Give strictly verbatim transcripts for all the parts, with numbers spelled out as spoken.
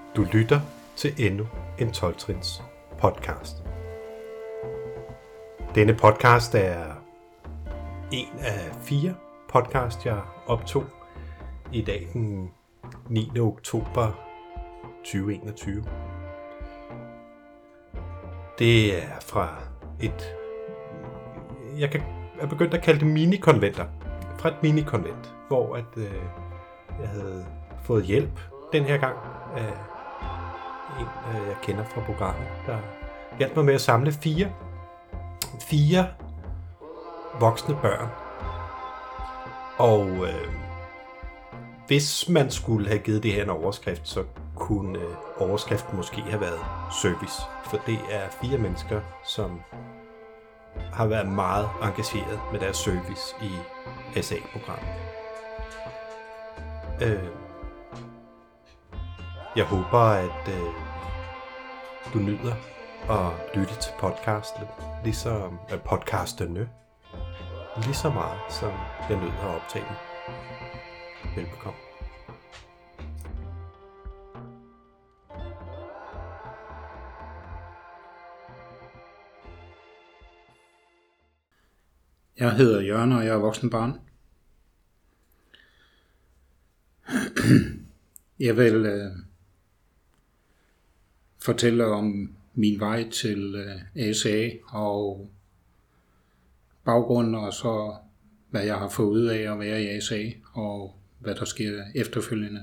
Du lytter til endnu en tolv-trins podcast. Denne podcast er en af fire podcast, jeg optog i dag den niende oktober tyve enogtyve. Det er fra et, jeg kan er begyndt at kalde det mini-konventer. Fra et mini-konvent, hvor at, øh, jeg havde fået hjælp den her gang af en, øh, jeg kender fra programmet, der hjalp mig med at samle fire, fire voksne børn. Og øh, hvis man skulle have givet det her en overskrift, så kunne øh, overskriften måske have været service. For det er fire mennesker, som har været meget engageret med deres service i S A-programmet. Øh, jeg håber, at øh, du nyder at lytte til podcasten, ligesom øh, podcasterne, lige så meget, som jeg nyder at optage dem. Velbekomme. Jeg hedder Jørgen, og jeg er voksen barn. Jeg vil øh, fortælle om min vej til øh, S A og baggrunden, og så hvad jeg har fået ud af at være i S A, og hvad der sker efterfølgende.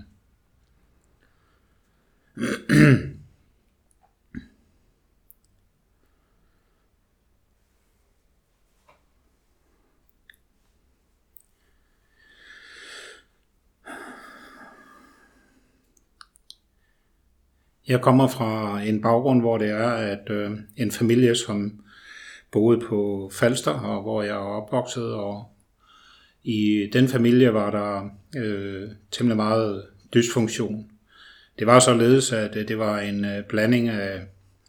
Jeg kommer fra en baggrund, hvor det er, at øh, en familie, som boede på Falster, og hvor jeg er opvokset, og i den familie var der øh, temmelig meget dysfunktion. Det var således, at det var en øh, blanding af,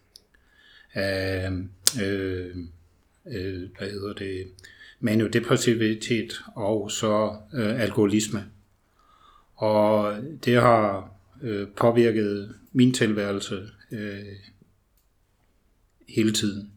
af øh, øh, hvad hedder det, maniodepressivitet og så øh, alkoholisme. Og det har øh, påvirket min tilværelse øh, hele tiden.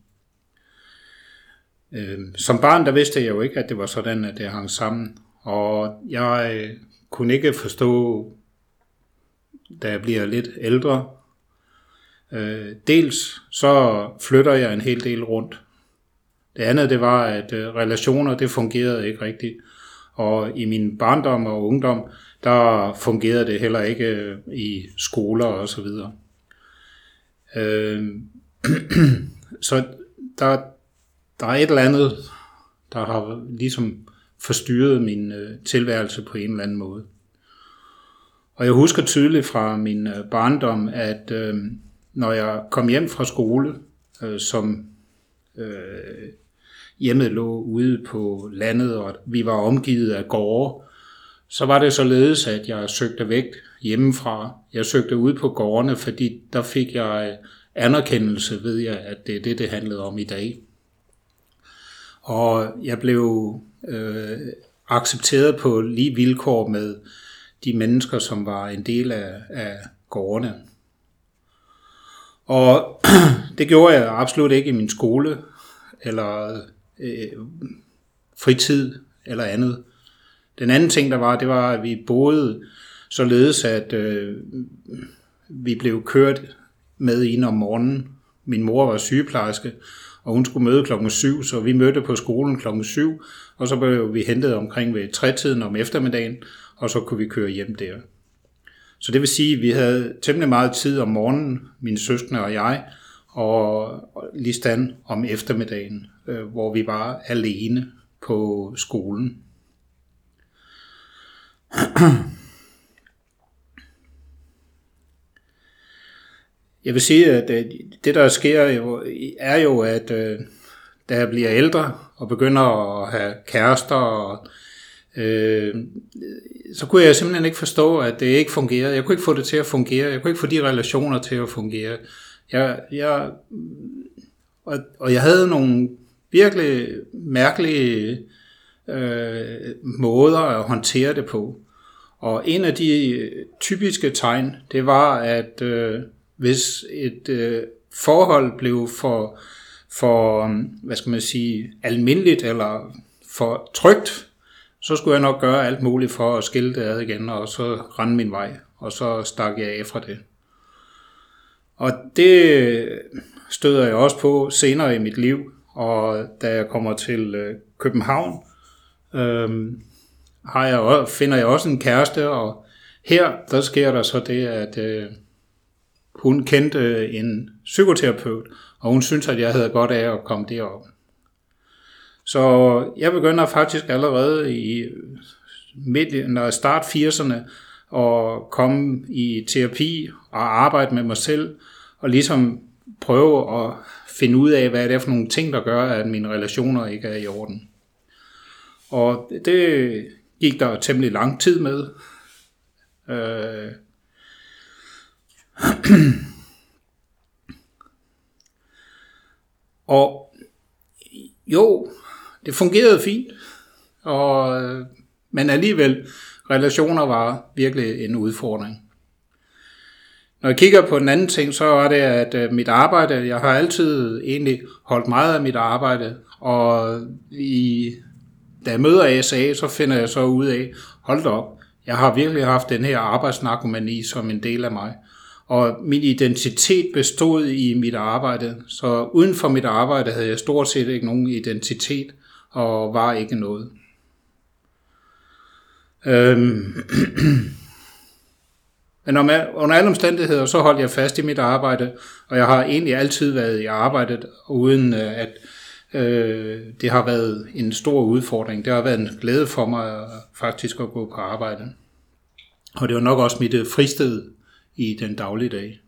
Øh, som barn, der vidste jeg jo ikke, at det var sådan, at det hang sammen. Og jeg øh, kunne ikke forstå, da jeg bliver lidt ældre. Øh, dels så flytter jeg en hel del rundt. Det andet, det var, at øh, relationer, det fungerede ikke rigtigt. Og i min barndom og ungdom, der fungerede det heller ikke øh, i skoler og så videre. Øh, så der, der er et eller andet, der har ligesom forstyrret min øh, tilværelse på en eller anden måde. Og jeg husker tydeligt fra min øh, barndom, at øh, når jeg kom hjem fra skole, øh, som øh, hjemmet lå ude på landet, og vi var omgivet af gårde, så var det således, at jeg søgte væk hjemmefra. Jeg søgte ud på gårdene, fordi der fik jeg anerkendelse, ved jeg, at det er det, det handlede om i dag. Og jeg blev øh, accepteret på lige vilkår med de mennesker, som var en del af, af gårdene. Og det gjorde jeg absolut ikke i min skole, eller øh, fritid, eller andet. Den anden ting, der var, det var, at vi boede således, at øh, vi blev kørt med ind om morgenen. Min mor var sygeplejerske, og hun skulle møde klokken syv, så vi mødte på skolen klokken syv, og så blev vi hentet omkring ved tre-tiden om eftermiddagen, og så kunne vi køre hjem der. Så det vil sige, at vi havde temmelig meget tid om morgenen, mine søskende og jeg, og lige stand om eftermiddagen, øh, hvor vi var alene på skolen. Jeg vil sige, at det der sker jo, er jo, at øh, da jeg bliver ældre og begynder at have kærester, og, øh, så kunne jeg simpelthen ikke forstå, at det ikke fungerede. Jeg kunne ikke få det til at fungere. Jeg kunne ikke få de relationer til at fungere. Jeg, jeg, og, og jeg havde nogle virkelig mærkelige øh, måder at håndtere det på. Og en af de typiske tegn, det var, at øh, hvis et øh, forhold blev for, for, hvad skal man sige, almindeligt eller for trygt, så skulle jeg nok gøre alt muligt for at skille det ad igen, og så rende min vej, og så stak jeg af fra det. Og det støder jeg også på senere i mit liv, og da jeg kommer til øh, København, øh, har jeg, finder jeg også en kæreste, og her der sker der så det, at øh, hun kendte en psykoterapeut, og hun syntes, at jeg havde godt af at komme derop. Så jeg begynder faktisk allerede i midt, når jeg start firserne at komme i terapi og arbejde med mig selv, og ligesom prøve at finde ud af, hvad det er for nogle ting, der gør, at mine relationer ikke er i orden. Og det gik der temmelig lang tid med. Øh. Og jo, det fungerede fint, og, men alligevel, relationer var virkelig en udfordring. Når jeg kigger på den anden ting, så var det, at mit arbejde, jeg har altid egentlig holdt meget af mit arbejde, og i, da jeg møder A S A, så finder jeg så ud af, hold da op, jeg har virkelig haft den her arbejdsnarkomani som en del af mig. Og min identitet bestod i mit arbejde, så uden for mit arbejde havde jeg stort set ikke nogen identitet, og var ikke noget. Øhm. Men under alle omstændigheder, så holdt jeg fast i mit arbejde, og jeg har egentlig altid været i arbejdet, uden at øh, det har været en stor udfordring. Det har været en glæde for mig faktisk at gå på arbejde. Og det var nok også mit fristed i den daglige dag.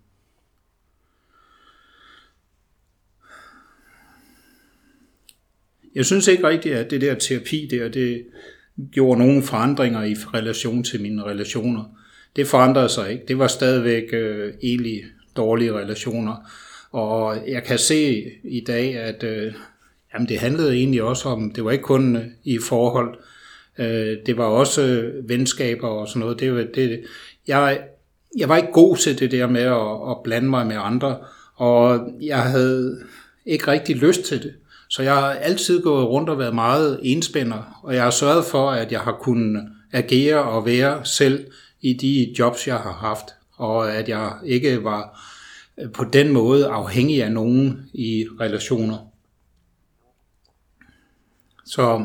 Jeg synes ikke rigtigt, at det der terapi der, det gjorde nogle forandringer i relation til mine relationer. Det forandrede sig ikke. Det var stadigvæk øh, egentlig dårlige relationer. Og jeg kan se i dag, at øh, jamen det handlede egentlig også om, det var ikke kun øh, i forhold, øh, det var også øh, venskaber og sådan noget. Det, det, jeg, jeg var ikke god til det der med at, at blande mig med andre, og jeg havde ikke rigtig lyst til det. Så jeg har altid gået rundt og været meget enspænder, og jeg har sørget for, at jeg har kunnet agere og være selv i de jobs, jeg har haft, og at jeg ikke var på den måde afhængig af nogen i relationer. Så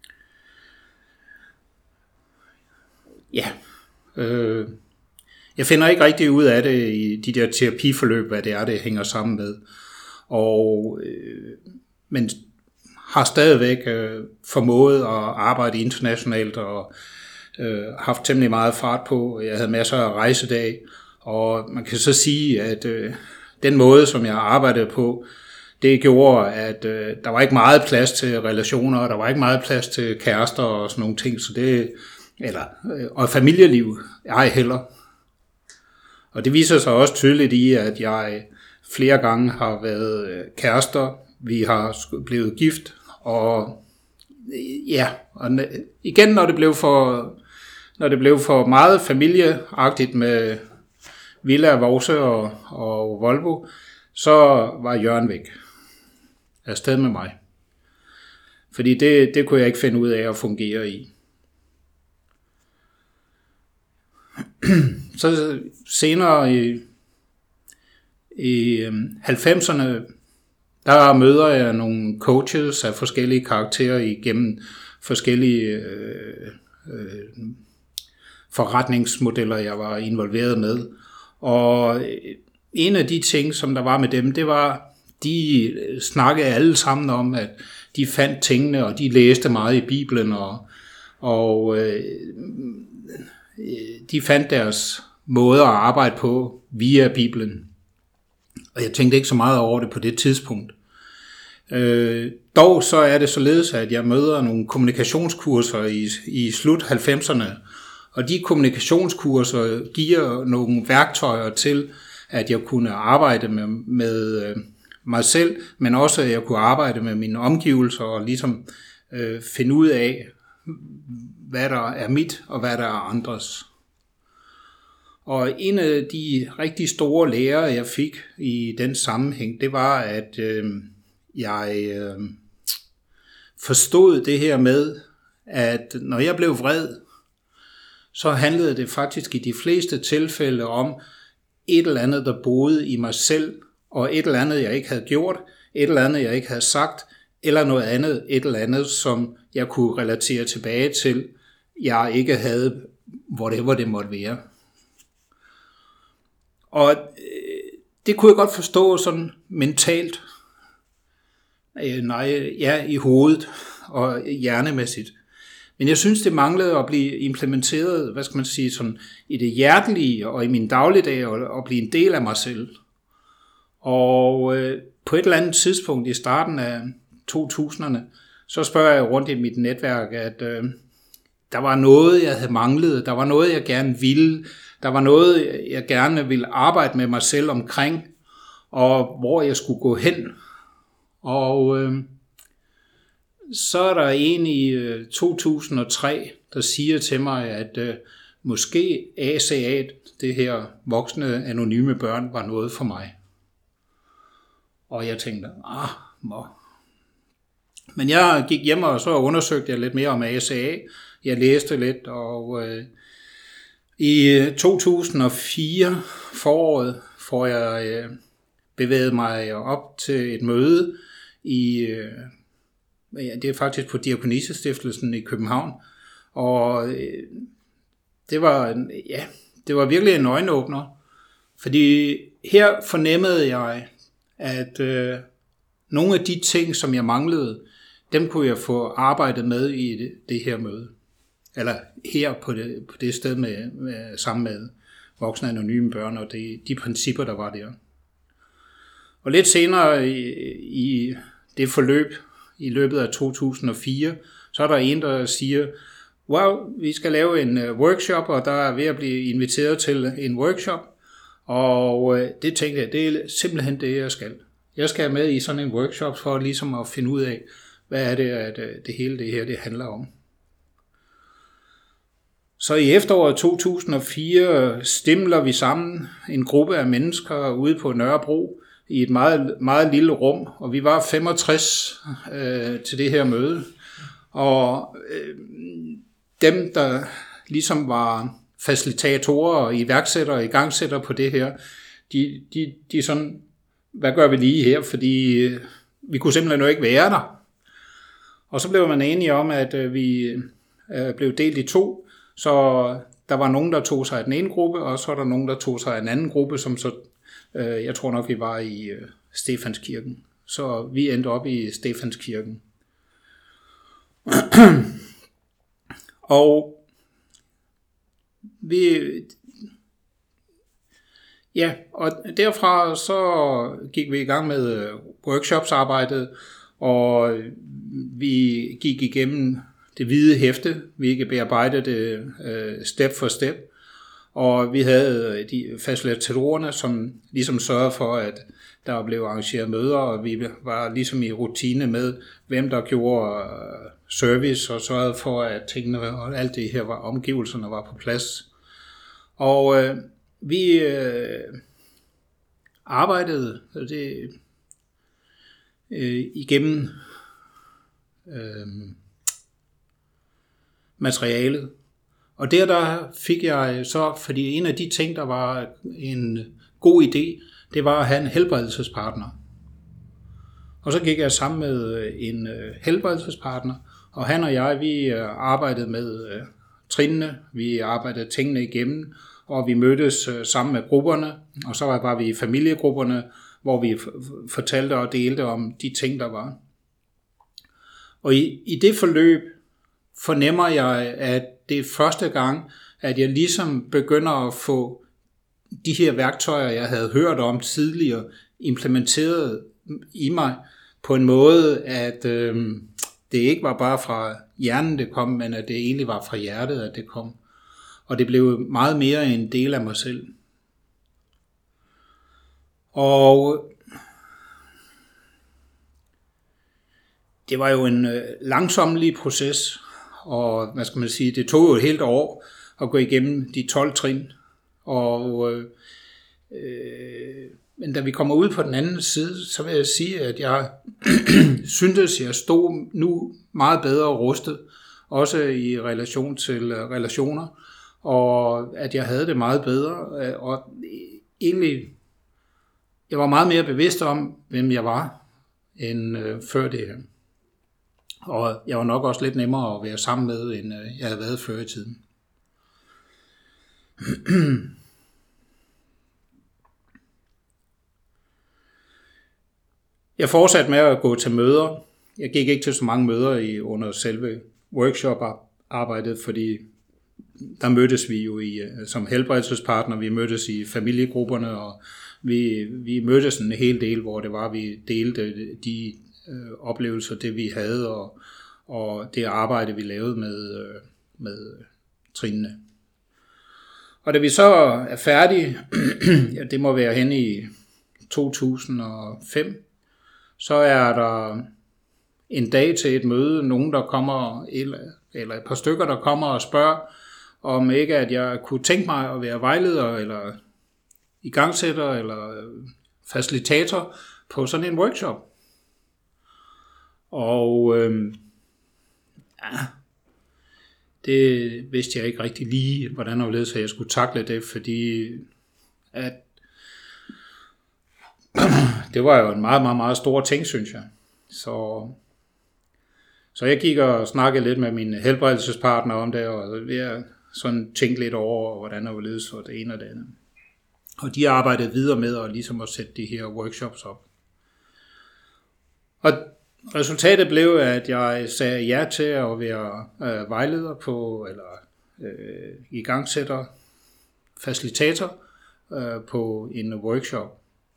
ja, øh, jeg finder ikke rigtig ud af det i de der terapiforløb, hvad det er, det hænger sammen med. Og, øh, men har stadigvæk øh, formået at arbejde internationalt og øh, haft temmelig meget fart på. Jeg havde masser af rejsedage, og man kan så sige, at øh, den måde, som jeg arbejdede på, det gjorde, at øh, der var ikke meget plads til relationer, og der var ikke meget plads til kærester og sådan nogle ting, så det, eller, øh, og familieliv, jeg heller. Og det viser sig også tydeligt i, at jeg flere gange har været kærester, vi har blevet gift, og ja, og igen, når det blev for, når det blev for meget familieagtigt med Villa, Vause og, og Volvo, så var Jørgen væk afsted med mig. Fordi det, det kunne jeg ikke finde ud af at fungere i. Så senere i, i halvfemserne, der møder jeg nogle coaches af forskellige karakterer igennem forskellige øh, øh, forretningsmodeller, jeg var involveret med. Og en af de ting, som der var med dem, det var, de snakkede alle sammen om, at de fandt tingene, og de læste meget i Bibelen, og, og øh, de fandt deres måde at arbejde på via Bibelen. Og jeg tænkte ikke så meget over det på det tidspunkt. Øh, dog så er det således, at jeg møder nogle kommunikationskurser i, i slut halvfemserne, og de kommunikationskurser giver nogle værktøjer til, at jeg kunne arbejde med, med mig selv, men også at jeg kunne arbejde med mine omgivelser og ligesom øh, finde ud af, hvad der er mit og hvad der er andres. Og en af de rigtig store lærer, jeg fik i den sammenhæng, det var, at øh, jeg øh, forstod det her med, at når jeg blev vred, så handlede det faktisk i de fleste tilfælde om et eller andet, der boede i mig selv, og et eller andet, jeg ikke havde gjort, et eller andet, jeg ikke havde sagt, eller noget andet, et eller andet, som jeg kunne relatere tilbage til, jeg ikke havde, whatever det måtte være. Og øh, det kunne jeg godt forstå sådan mentalt, øh, nej, ja, i hovedet og hjernemæssigt. Men jeg synes, det manglede at blive implementeret, hvad skal man sige, sådan i det hjertelige og i min dagligdag og, og blive en del af mig selv. Og øh, på et eller andet tidspunkt i starten af to tusinderne, så spørger jeg rundt i mit netværk, at øh, der var noget, jeg havde manglet, der var noget, jeg gerne ville, der var noget, jeg gerne ville arbejde med mig selv omkring, og hvor jeg skulle gå hen. Og øh, så er der en i øh, to tusind og tre, der siger til mig, at øh, måske A C A, det her voksne anonyme børn, var noget for mig. Og jeg tænkte, ah, må. Men jeg gik hjem, og så undersøgte jeg lidt mere om A C A. Jeg læste lidt, og øh, i to tusind og fire foråret får jeg øh, bevæget mig op til et møde i, øh, ja, det er faktisk på Diakonissestiftelsen i København, og øh, det var, ja, det var virkelig en øjenåbner, fordi her fornemmede jeg, at øh, nogle af de ting, som jeg manglede, dem kunne jeg få arbejdet med i det, det her møde. Eller her på det, på det sted med, med, sammen med voksne anonyme børn og det, de principper, der var der. Og lidt senere i, i det forløb, i løbet af to tusind og fire, så er der en, der siger, wow, vi skal lave en uh, workshop, og der er ved at blive inviteret til en workshop. Og uh, det tænkte jeg, det er simpelthen det, jeg skal. Jeg skal med i sådan en workshop for ligesom at finde ud af, hvad er det, at det hele det her det handler om. Så i efteråret to tusind og fire stimler vi sammen en gruppe af mennesker ude på Nørrebro i et meget, meget lille rum, og vi var femogtres øh, til det her møde. Og øh, dem, der ligesom var facilitatorer og iværksættere og igangsættere på det her, de, de, de sådan, hvad gør vi lige her, fordi øh, vi kunne simpelthen jo ikke være der. Og så blev man enige om, at øh, vi øh, blev delt i to, så der var nogen, der tog sig af den ene gruppe, og så var der nogen, der tog sig af en anden gruppe, som så, øh, jeg tror nok, vi var i øh, Stefanskirken. Så vi endte op i Stefanskirken. Og vi, ja, og derfra så gik vi i gang med workshopsarbejdet, og vi gik igennem det hvide hæfte, vi ikke bearbejdede det øh, step for step, og vi havde de facilitatorerne, som ligesom sørgede for, at der blev arrangeret møder, og vi var ligesom i rutine med, hvem der gjorde øh, service, og sørgede for, at tingene og alt det her var, omgivelserne var på plads. Og øh, vi øh, arbejdede det, øh, igennem øh, materialet. Og der, der fik jeg så, fordi en af de ting, der var en god idé, det var at have en helbredelsespartner. Og så gik jeg sammen med en helbredelsespartner, og han og jeg, vi arbejdede med trinene, vi arbejdede tingene igennem, og vi mødtes sammen med grupperne, og så var vi i familiegrupperne, hvor vi fortalte og delte om de ting, der var. Og i, i det forløb fornemmer jeg, at det er første gang, at jeg ligesom begynder at få de her værktøjer, jeg havde hørt om tidligere, implementeret i mig på en måde, at øh, det ikke var bare fra hjernen, det kom, men at det egentlig var fra hjertet, at det kom. Og det blev meget mere en del af mig selv. Og det var jo en øh, langsomlig proces, og hvad skal man sige, det tog jo et helt år at gå igennem de tolv trin, Og, øh, øh, men da vi kommer ud på den anden side, så vil jeg sige, at jeg syntes, jeg stod nu meget bedre rustet, også i relation til relationer, og at jeg havde det meget bedre, og egentlig, jeg var meget mere bevidst om, hvem jeg var, end øh, før det her. Og jeg var nok også lidt nemmere at være sammen med, end øh, jeg havde været før i tiden. Jeg fortsatte med at gå til møder. Jeg gik ikke til så mange møder i under selve workshop-arbejdet, fordi der mødtes vi jo i, som helbredelsespartner, vi mødtes i familiegrupperne, og vi, vi mødtes en hel del, hvor det var, vi delte de øh, oplevelser, det vi havde, og, og det arbejde, vi lavede med, øh, med trinene. Og da vi så er færdige, ja, det må være hen i to tusind og fem, så er der en dag til et møde, nogen der kommer, eller et par stykker, der kommer og spørger, om ikke at jeg kunne tænke mig at være vejleder, eller igangsætter, eller facilitator på sådan en workshop. Og øh, ja, det vidste jeg ikke rigtig lige, hvordan og så jeg skulle takle det, fordi at det var jo en meget, meget, meget stor ting, synes jeg. Så, så jeg gik og snakkede lidt med min helbredelsespartner om det, og jeg sådan tænkte lidt over, hvordan og hvorledes og det ene og det andet. Og de arbejdede videre med at ligesom at sætte de her workshops op. Og resultatet blev, at jeg sagde ja til at være øh, vejleder på, eller øh, igangsætter, facilitator øh, på en workshop.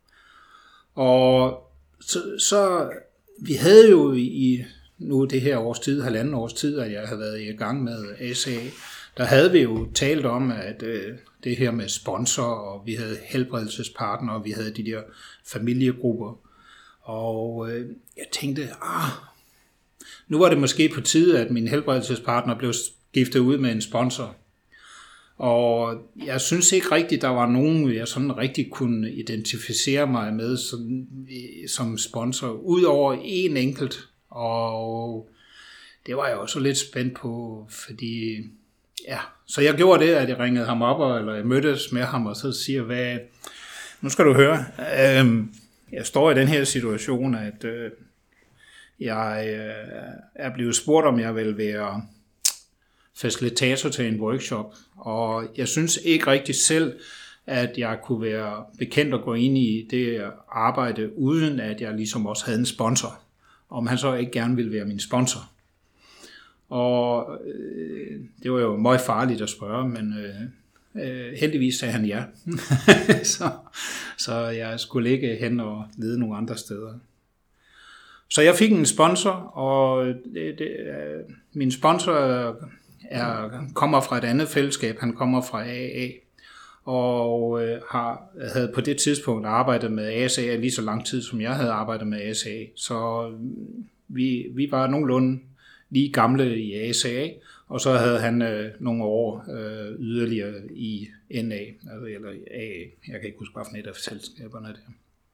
Og så, så vi havde jo i nu det her års tid, halvanden års tid, at jeg havde været i gang med A C A, der havde vi jo talt om, at øh, det her med sponsor, og vi havde helbredelsespartnere, og vi havde de der familiegrupper. Og øh, jeg tænkte, ah, nu var det måske på tide, at min helbredelsespartner blev skiftet ud med en sponsor. Og jeg synes ikke rigtigt, der var nogen, jeg sådan rigtig kunne identificere mig med som, som sponsor, udover en enkelt. Og det var jeg også lidt spændt på, fordi ja, så jeg gjorde det, at jeg ringede ham op, eller jeg mødtes med ham, og så siger, hvad, nu skal du høre, øh, jeg står i den her situation, at øh, jeg øh, er blevet spurgt, om jeg vil være facilitator til en workshop, og jeg synes ikke rigtig selv, at jeg kunne være bekendt at gå ind i det arbejde, uden at jeg ligesom også havde en sponsor, om han så ikke gerne ville være min sponsor. Og øh, det var jo meget farligt at spørge, men øh, øh, heldigvis sagde han ja. så, så jeg skulle ligge hen og lede nogle andre steder. Så jeg fik en sponsor, og det, det, øh, min sponsor er, kommer fra et andet fællesskab. Han kommer fra A A, og øh, har, havde på det tidspunkt arbejdet med A S A lige så lang tid, som jeg havde arbejdet med A S A. Så vi, vi var nogenlunde lige gamle i A S A, og så havde han øh, nogle år øh, yderligere i N A, altså, eller A A. Jeg kan ikke huske, hvad for et af selskaberne der.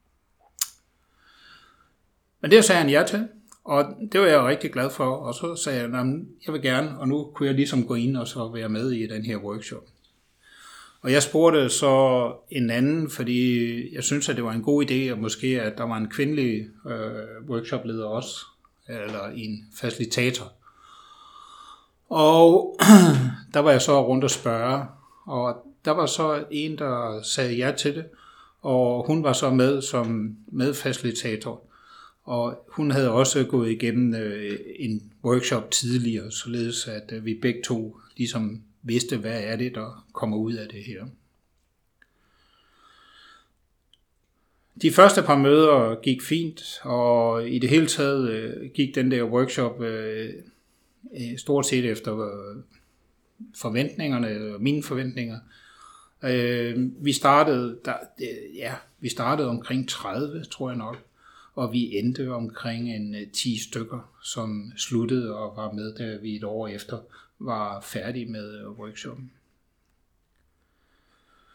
Men det sagde han ja til, og det var jeg rigtig glad for, og så sagde jeg, at jeg vil gerne, og nu kunne jeg ligesom gå ind og så være med i den her workshop. Og jeg spurgte så en anden, fordi jeg synes, at det var en god idé, og måske at der var en kvindelig øh, workshopleder også, eller en facilitator. Og der var jeg så rundt og spørge, og der var så en, der sagde ja til det, og hun var så med som medfacilitator. Og hun havde også gået igennem øh, en workshop tidligere, således at øh, vi begge to ligesom vidste, hvad er det, der kommer ud af det her. De første par møder gik fint, og i det hele taget øh, gik den der workshop øh, stort set efter øh, forventningerne, eller mine forventninger. Øh, vi startede, der, øh, ja, vi startede omkring tredive, tror jeg nok, og vi endte omkring en øh, ti stykker, som sluttede og var med, da vi et år efter var færdige med øh, workshoppen.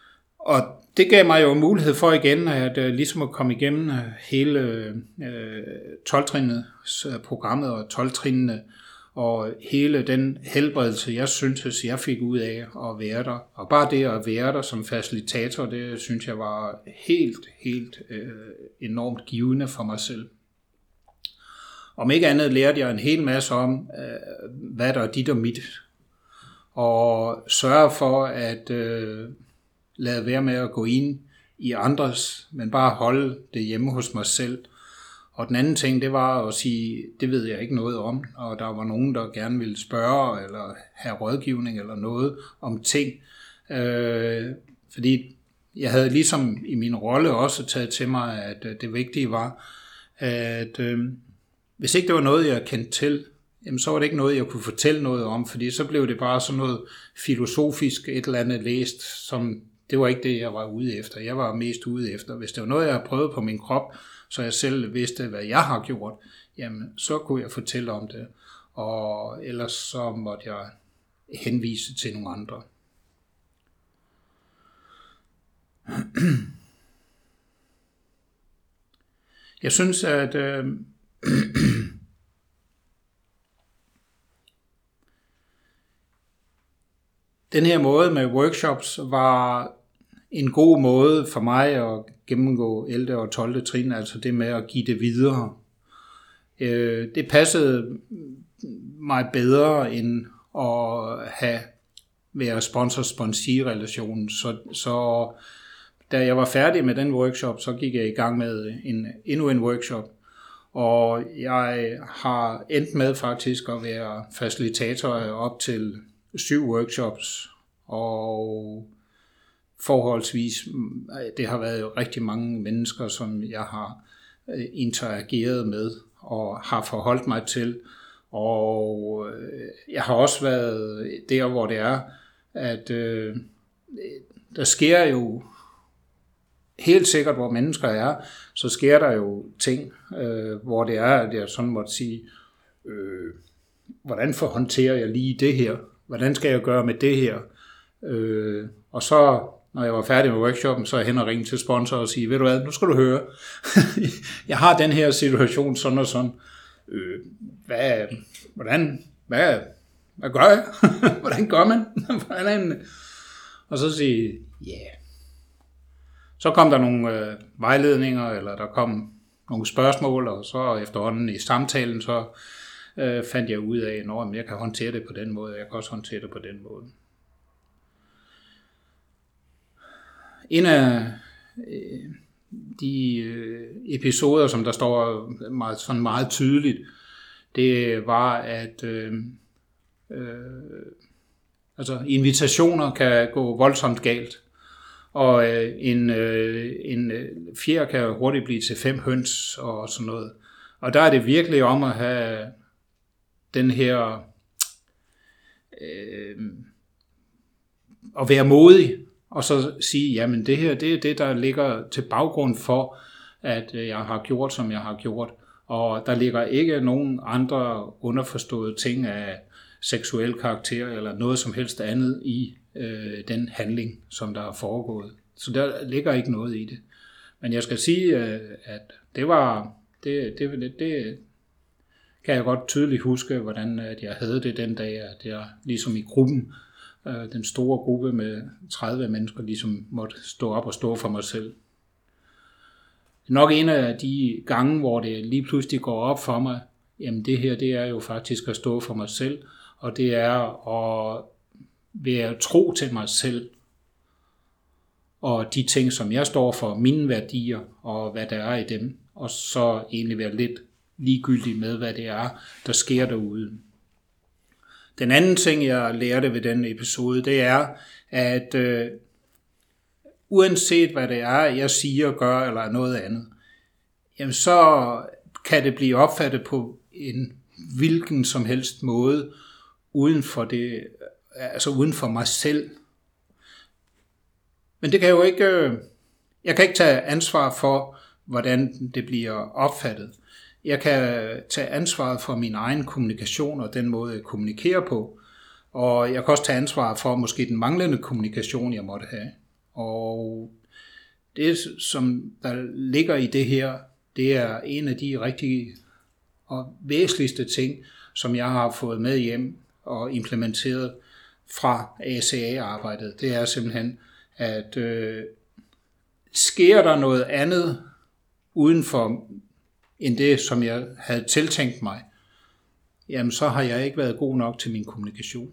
og det gav mig jo mulighed for igen, at uh, ligesom at komme igennem uh, hele uh, tolv-trinnet uh, programmet og tolv-trinene, og hele den helbredelse, jeg syntes, jeg fik ud af at være der. Og bare det at være der som facilitator, det synes jeg var helt, helt øh, enormt givende for mig selv. Om ikke andet lærte jeg en hel masse om, øh, hvad der er dit og mit. Og sørge for at øh, lade være med at gå ind i andres, men bare holde det hjemme hos mig selv. Og den anden ting, det var at sige, det ved jeg ikke noget om, og der var nogen, der gerne ville spørge, eller have rådgivning, eller noget om ting. Øh, fordi jeg havde ligesom i min rolle også taget til mig, at det vigtige var, at øh, hvis ikke det var noget, jeg kendte til, jamen så var det ikke noget, jeg kunne fortælle noget om, fordi så blev det bare sådan noget filosofisk et eller andet læst, som det var ikke det, jeg var ude efter. Jeg var mest ude efter. Hvis det var noget, jeg havde prøvet på min krop, så jeg selv vidste, hvad jeg har gjort, jamen så kunne jeg fortælle om det, og ellers så måtte jeg henvise til nogle andre. Jeg synes, at øh, den her måde med workshops var en god måde for mig at gennemgå ellevte og tolvte trin, altså det med at give det videre. Det passede mig bedre end at have være sponsor-sponsor-relationen. Så, så da jeg var færdig med den workshop, så gik jeg i gang med en, endnu en workshop. Og jeg har endt med faktisk at være facilitator op til syv workshops, og forholdsvis, det har været rigtig mange mennesker, som jeg har interageret med og har forholdt mig til. Og jeg har også været der, hvor det er, at øh, der sker jo helt sikkert, hvor mennesker er, så sker der jo ting, øh, hvor det er, at jeg sådan måtte sige, øh, hvordan håndterer jeg lige det her? Hvordan skal jeg gøre med det her? Øh, og så, når jeg var færdig med workshoppen, så er jeg hen og ringe til sponsor og sige, ved du hvad, nu skal du høre, jeg har den her situation sådan og sådan. Øh, hvad, hvordan, hvad, hvad gør jeg? Hvordan gør man? Hvordan? Og så sige, ja. Yeah. Så kom der nogle øh, vejledninger, eller der kom nogle spørgsmål, og så efterhånden i samtalen, så øh, fandt jeg ud af, at jeg kan håndtere det på den måde, jeg kan også håndtere det på den måde. En af øh, de øh, episoder, som der står meget, sådan meget tydeligt, det var, at øh, øh, altså, invitationer kan gå voldsomt galt. Og øh, en, øh, en fjer kan hurtigt blive til fem høns og sådan noget. Og der er det virkelig om at have den her øh, at være modig og så sige, jamen det her, det er det, der ligger til baggrund for, at jeg har gjort, som jeg har gjort. Og der ligger ikke nogen andre underforståede ting af seksuel karakter eller noget som helst andet i øh, den handling, som der er foregået. Så der ligger ikke noget i det. Men jeg skal sige, øh, at det var, det, det, det, det kan jeg godt tydeligt huske, hvordan at jeg havde det den dag, at jeg ligesom i gruppen, øh, den store gruppe med tredive mennesker, ligesom måtte stå op og stå for mig selv. Nok en af de gange, hvor det lige pludselig går op for mig, jamen det her, det er jo faktisk at stå for mig selv, og det er at være tro til mig selv, og de ting, som jeg står for, mine værdier, og hvad der er i dem, og så egentlig være lidt ligegyldig med, hvad det er, der sker derude. Den anden ting, jeg lærte ved den episode, det er, at øh, uanset hvad det er, jeg siger, gør eller noget andet, jamen så kan det blive opfattet på en hvilken som helst måde, uden for det, altså uden for mig selv. Men det kan jo ikke, jeg kan ikke tage ansvar for, hvordan det bliver opfattet. Jeg kan tage ansvaret for min egen kommunikation og den måde, jeg kommunikerer på. Og jeg kan også tage ansvar for måske den manglende kommunikation, jeg måtte have. Og det, som der ligger i det her, det er en af de rigtige og væsentligste ting, som jeg har fået med hjem og implementeret fra A C A-arbejdet. Det er simpelthen, at øh, sker der noget andet udenfor end det, som jeg havde tiltænkt mig, jamen så har jeg ikke været god nok til min kommunikation.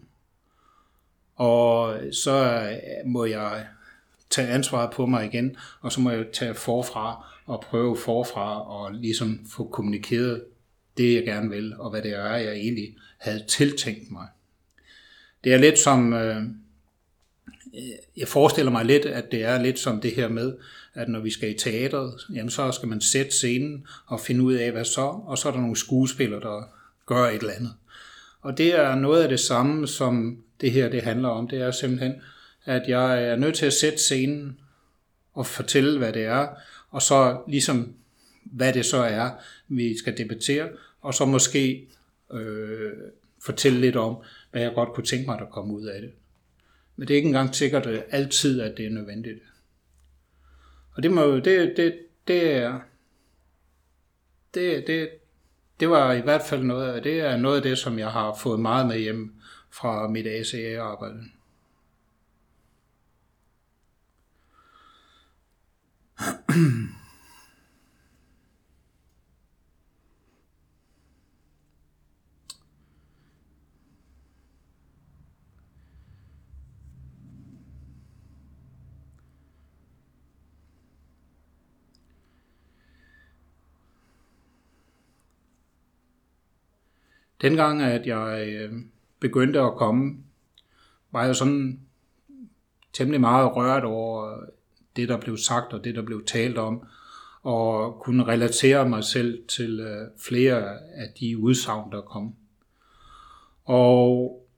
Og så må jeg tage ansvaret på mig igen, og så må jeg tage forfra og prøve forfra og ligesom få kommunikeret det, jeg gerne vil, og hvad det er, jeg egentlig havde tiltænkt mig. Det er lidt som, øh, jeg forestiller mig lidt, at det er lidt som det her med, at når vi skal i teatret, jamen så skal man sætte scenen og finde ud af, hvad så, og så er der nogle skuespillere, der gør et eller andet. Og det er noget af det samme, som det her det handler om. Det er simpelthen, at jeg er nødt til at sætte scenen og fortælle, hvad det er, og så ligesom, hvad det så er, vi skal debattere, og så måske øh, fortælle lidt om, hvad jeg godt kunne tænke mig, der kommer ud af det. Men det er ikke engang sikkert at altid, at det er nødvendigt. Og det må jo, det, det, det er, det, det, det var i hvert fald noget af, det er noget af det, som jeg har fået meget med hjem fra mit A C A-arbejde. Dengang, at jeg begyndte at komme, var jeg sådan temmelig meget rørt over det, der blev sagt og det, der blev talt om, og kunne relatere mig selv til flere af de udsagn, der kom. Og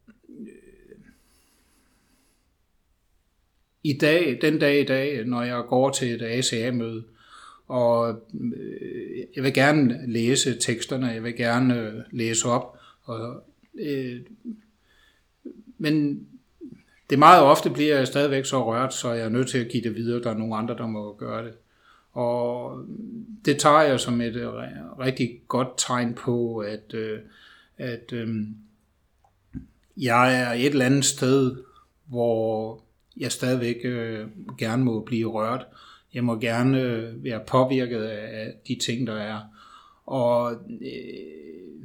i dag, den dag i dag, når jeg går til et A C A-møde, og jeg vil gerne læse teksterne, jeg vil gerne læse op, og, øh, men det meget ofte bliver jeg stadigvæk så rørt, så jeg er nødt til at give det videre. Der er nogle andre, der må gøre det. Og det tager jeg som et rigtig godt tegn på, at, at øh, jeg er et eller andet sted, hvor jeg stadigvæk øh, gerne må blive rørt. Jeg må gerne øh, være påvirket af de ting, der er. Og øh,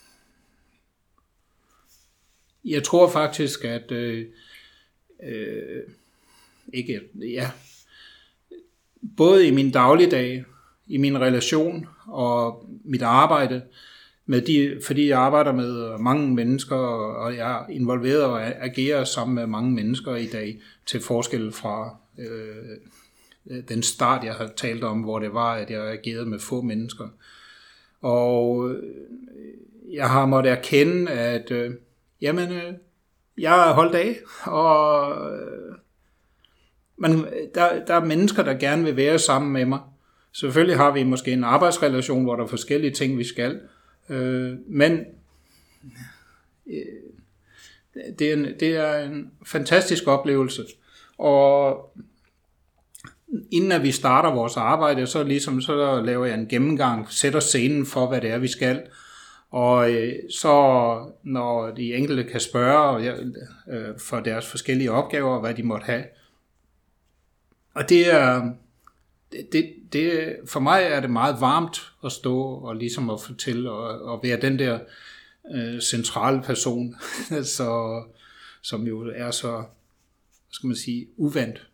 jeg tror faktisk, at øh, øh, ikke, ja, både i min dagligdag, i min relation og mit arbejde, med de, fordi jeg arbejder med mange mennesker, og jeg er involveret og agerer sammen med mange mennesker i dag, til forskel fra øh, den start, jeg har talt om, hvor det var, at jeg agerede med få mennesker. Og jeg har måttet erkende, at øh, jamen, øh, jeg er holdt af, og øh, man, der, der er mennesker, der gerne vil være sammen med mig. Selvfølgelig har vi måske en arbejdsrelation, hvor der er forskellige ting, vi skal, øh, men øh, det, er en, det er en fantastisk oplevelse. Og inden at vi starter vores arbejde, så, ligesom, så laver jeg en gennemgang, sætter scenen for, hvad det er, vi skal. Og øh, så når de enkelte kan spørge øh, for deres forskellige opgaver, hvad de måtte have. Og det er, det, det, for mig er det meget varmt at stå og ligesom at fortælle og, og være den der øh, centrale person, så, som jo er så, hvad skal man sige, uvandt.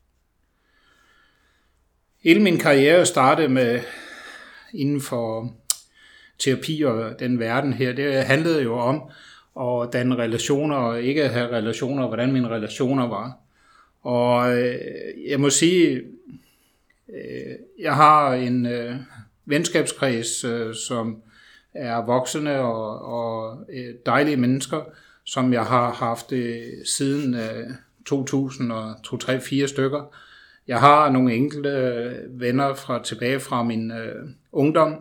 Hele min karriere startede med inden for terapi og den verden her. Det handlede jo om at danne relationer og ikke have relationer, og hvordan mine relationer var. Og øh, jeg må sige, øh, jeg har en øh, venskabskreds, øh, som er voksne og, og øh, dejlige mennesker, som jeg har haft øh, siden øh, to tusind og to, tre, fire stykker. Jeg har nogle enkelte øh, venner fra tilbage fra min øh, ungdom,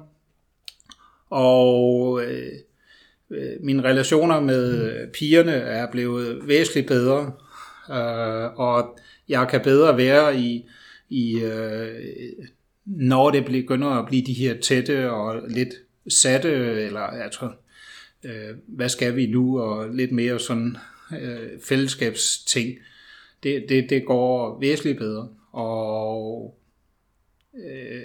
og øh, øh, mine relationer med pigerne er blevet væsentligt bedre. øh, og jeg kan bedre være i, i øh, når det begynder at blive de her tætte og lidt satte, eller jeg tror, øh, hvad skal vi nu, og lidt mere sådan øh, fællesskabsting, det, det, det går væsentligt bedre, og øh,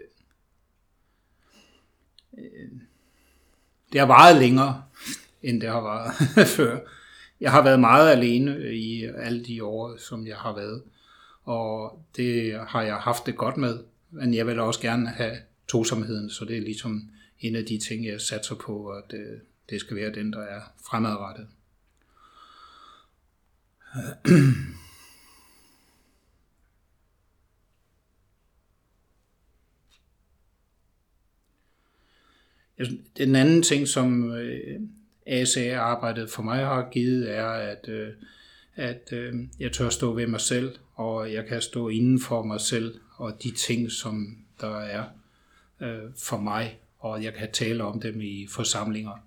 øh, det har varet længere, end det har varet før. Jeg har været meget alene i alle de år, som jeg har været, og det har jeg haft det godt med, men jeg vil også gerne have tosomheden, så det er ligesom en af de ting, jeg satser på, at det, det skal være den, der er fremadrettet. Den anden ting, som A S A-arbejdet for mig har givet, er, at, at jeg tør stå ved mig selv, og jeg kan stå inden for mig selv, og de ting, som der er for mig, og jeg kan tale om dem i forsamlinger.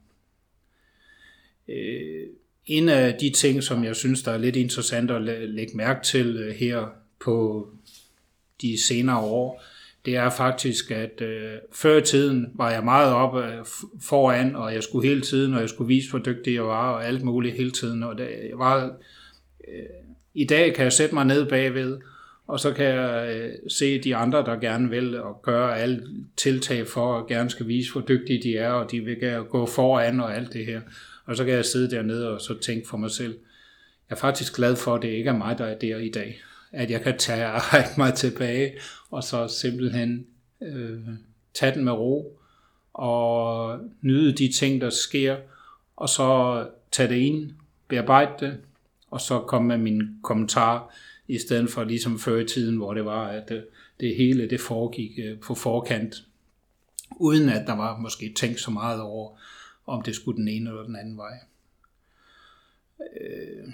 En af de ting, som jeg synes, der er lidt interessant at lægge mærke til her på de senere år, det er faktisk, at øh, før i tiden var jeg meget oppe øh, foran, og jeg skulle hele tiden, og jeg skulle vise, hvor dygtig jeg var, og alt muligt hele tiden. Og det, jeg var, øh, i dag kan jeg sætte mig ned bagved, og så kan jeg øh, se de andre, der gerne vil, og gøre alle tiltag for, at gerne skal vise, hvor dygtige de er, og de vil gerne gå foran og alt det her. Og så kan jeg sidde dernede og så tænke for mig selv, jeg er faktisk glad for, at det ikke er mig, der er der i dag. At jeg kan tage mig tilbage, og så simpelthen øh, tage den med ro, og nyde de ting, der sker, og så tage det ind, bearbejde det, og så komme med mine kommentarer, i stedet for ligesom før i tiden, hvor det var, at det, det hele det foregik på forkant, uden at der var måske tænkt så meget over, om det skulle den ene eller den anden vej. Øh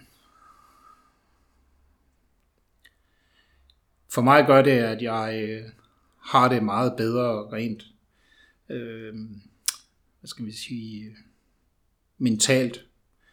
For mig gør det, at jeg øh, har det meget bedre rent, øh, hvad skal vi sige, mentalt.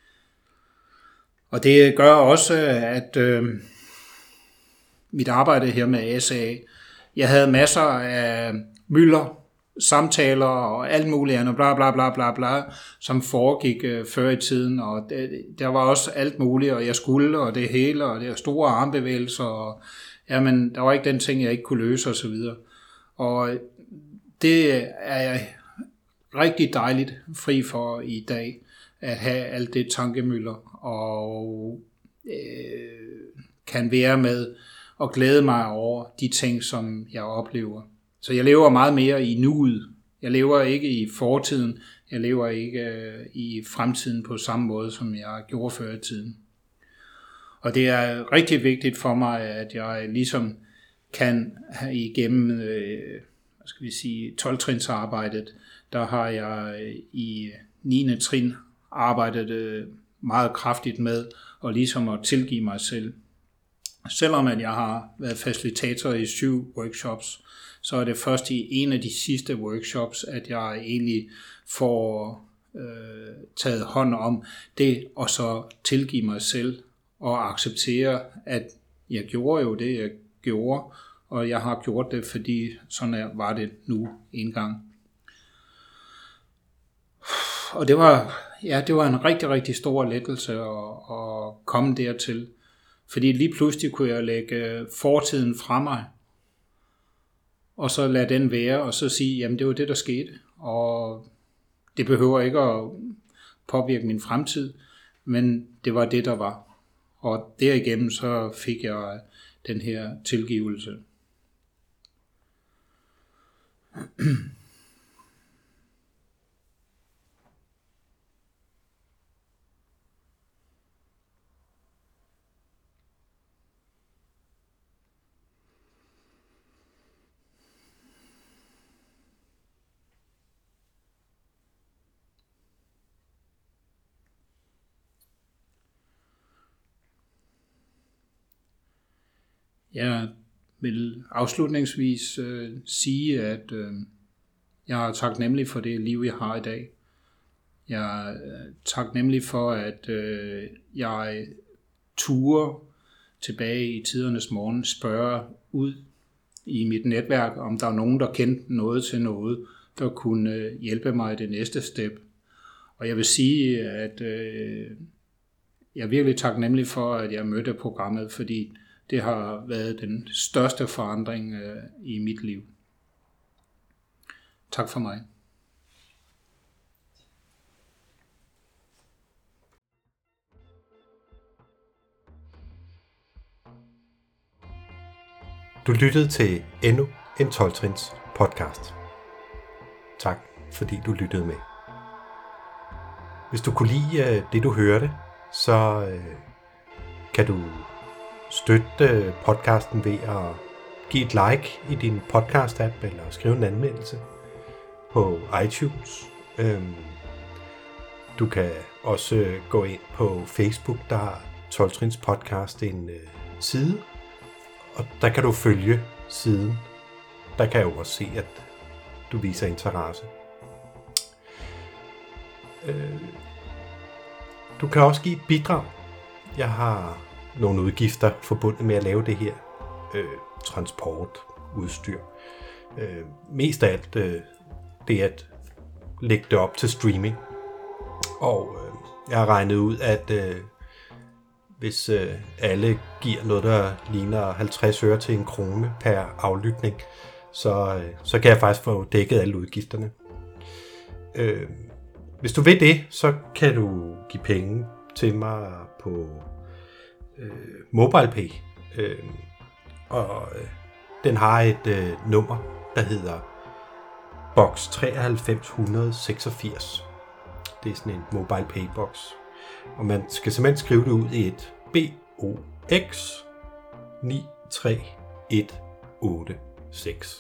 Og det gør også, at øh, mit arbejde her med A S A, jeg havde masser af mylder, samtaler og alt muligt andet, bla bla bla bla bla, som foregik øh, før i tiden, og det, der var også alt muligt, og jeg skulle, og det hele, og det er store armbevægelser, og jamen, der var ikke den ting, jeg ikke kunne løse, og så videre. Og det er jeg rigtig dejligt fri for i dag, at have alt det tankemøller, og øh, kan være med og glæde mig over de ting, som jeg oplever. Så jeg lever meget mere i nuet. Jeg lever ikke i fortiden, jeg lever ikke øh, i fremtiden på samme måde, som jeg gjorde før i tiden. Og det er rigtig vigtigt for mig, at jeg ligesom kan have igennem, øh, hvad skal vi sige, tolv-trinsarbejdet, der har jeg i niende trin arbejdet øh, meget kraftigt med, og ligesom at tilgive mig selv. Selvom at jeg har været facilitator i syv workshops, så er det først i en af de sidste workshops, at jeg egentlig får øh, taget hånd om det, og så tilgive mig selv, og acceptere, at jeg gjorde jo det, jeg gjorde, og jeg har gjort det, fordi sådan var det nu engang. Og det var, ja, det var en rigtig, rigtig stor lettelse at, at komme dertil, fordi lige pludselig kunne jeg lægge fortiden fra mig, og så lade den være, og så sige, jamen det var det, der skete, og det behøver ikke at påvirke min fremtid, men det var det, der var. Og derigennem så fik jeg den her tilgivelse. Jeg vil afslutningsvis øh, sige, at øh, jeg er taknemmelig for det liv, jeg har i dag. Jeg er taknemmelig for, at øh, jeg turer tilbage i tidernes morgen spørge ud i mit netværk, om der er nogen, der kendte noget til noget, der kunne hjælpe mig i det næste step. Og jeg vil sige, at øh, jeg er virkelig taknemmelig for, at jeg mødte programmet, fordi det har været den største forandring øh, i mit liv. Tak for mig. Du lyttede til endnu en tolv-trins podcast. Tak, fordi du lyttede med. Hvis du kunne lide det, du hørte, så øh, kan du støtte podcasten ved at give et like i din podcast-app eller skrive en anmeldelse på iTunes. Øhm, du kan også gå ind på Facebook, der har tolv-trins podcast en øh, side, og der kan du følge siden. Der kan jeg jo også se, at du viser interesse. Øh, du kan også give et bidrag. Jeg har nogle udgifter forbundet med at lave det her. Øh, transport, udstyr. Øh, mest af alt øh, det at lægge det op til streaming. Og øh, jeg har regnet ud, at øh, hvis øh, alle giver noget, der ligner halvtreds øre til en krone per aflytning, så, øh, så kan jeg faktisk få dækket alle udgifterne. Øh, hvis du vil det, så kan du give penge til mig på øh, MobilePay. Øh, og øh, den har et øh, nummer, der hedder boks treoghalvfems et hundrede seksogfirs. Det er sådan en MobilePay-boks. Og man skal simpelthen skrive det ud i et B O X ni tre et otte seks.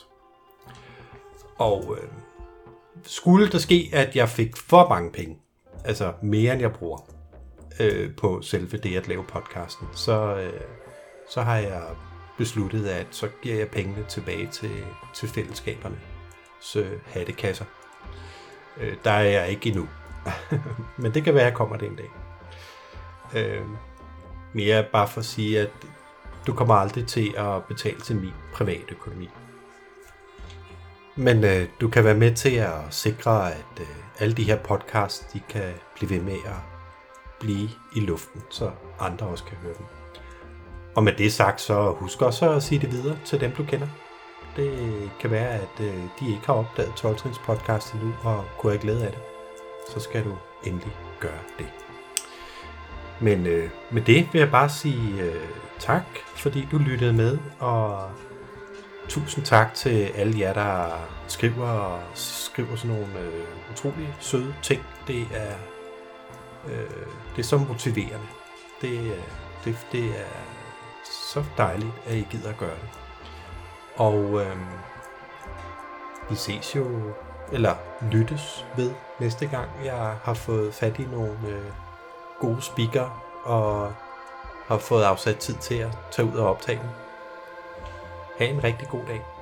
Og øh, skulle der ske, at jeg fik for mange penge, altså mere end jeg bruger øh, på selve det at lave podcasten, så, øh, så har jeg besluttet, at så giver jeg pengene tilbage til, til fællesskaberne. Så hattekasser. Øh, der er jeg ikke endnu. Men det kan være, at jeg kommer det en dag. Øh, mere bare for at sige, at du kommer aldrig til at betale til min private økonomi. Men øh, du kan være med til at sikre, at øh, alle de her podcasts, de kan blive ved med at blive i luften, så andre også kan høre dem. Og med det sagt, så husk også at sige det videre til dem, du kender. Det kan være, at øh, de ikke har opdaget tolv-trins podcast endnu og kunne have glæde af det. Så skal du endelig gøre det. Men øh, med det vil jeg bare sige øh, tak, fordi du lyttede med, og tusind tak til alle jer, der skriver og skriver sådan nogle øh, utrolig søde ting. Det er, øh, det er så motiverende. Det, det, det er så dejligt, at I gider at gøre det. Og øh, vi ses jo, eller lyttes ved næste gang, jeg har fået fat i nogle øh, gode speaker og har fået afsat tid til at tage ud og optage dem. Ha' en rigtig god dag.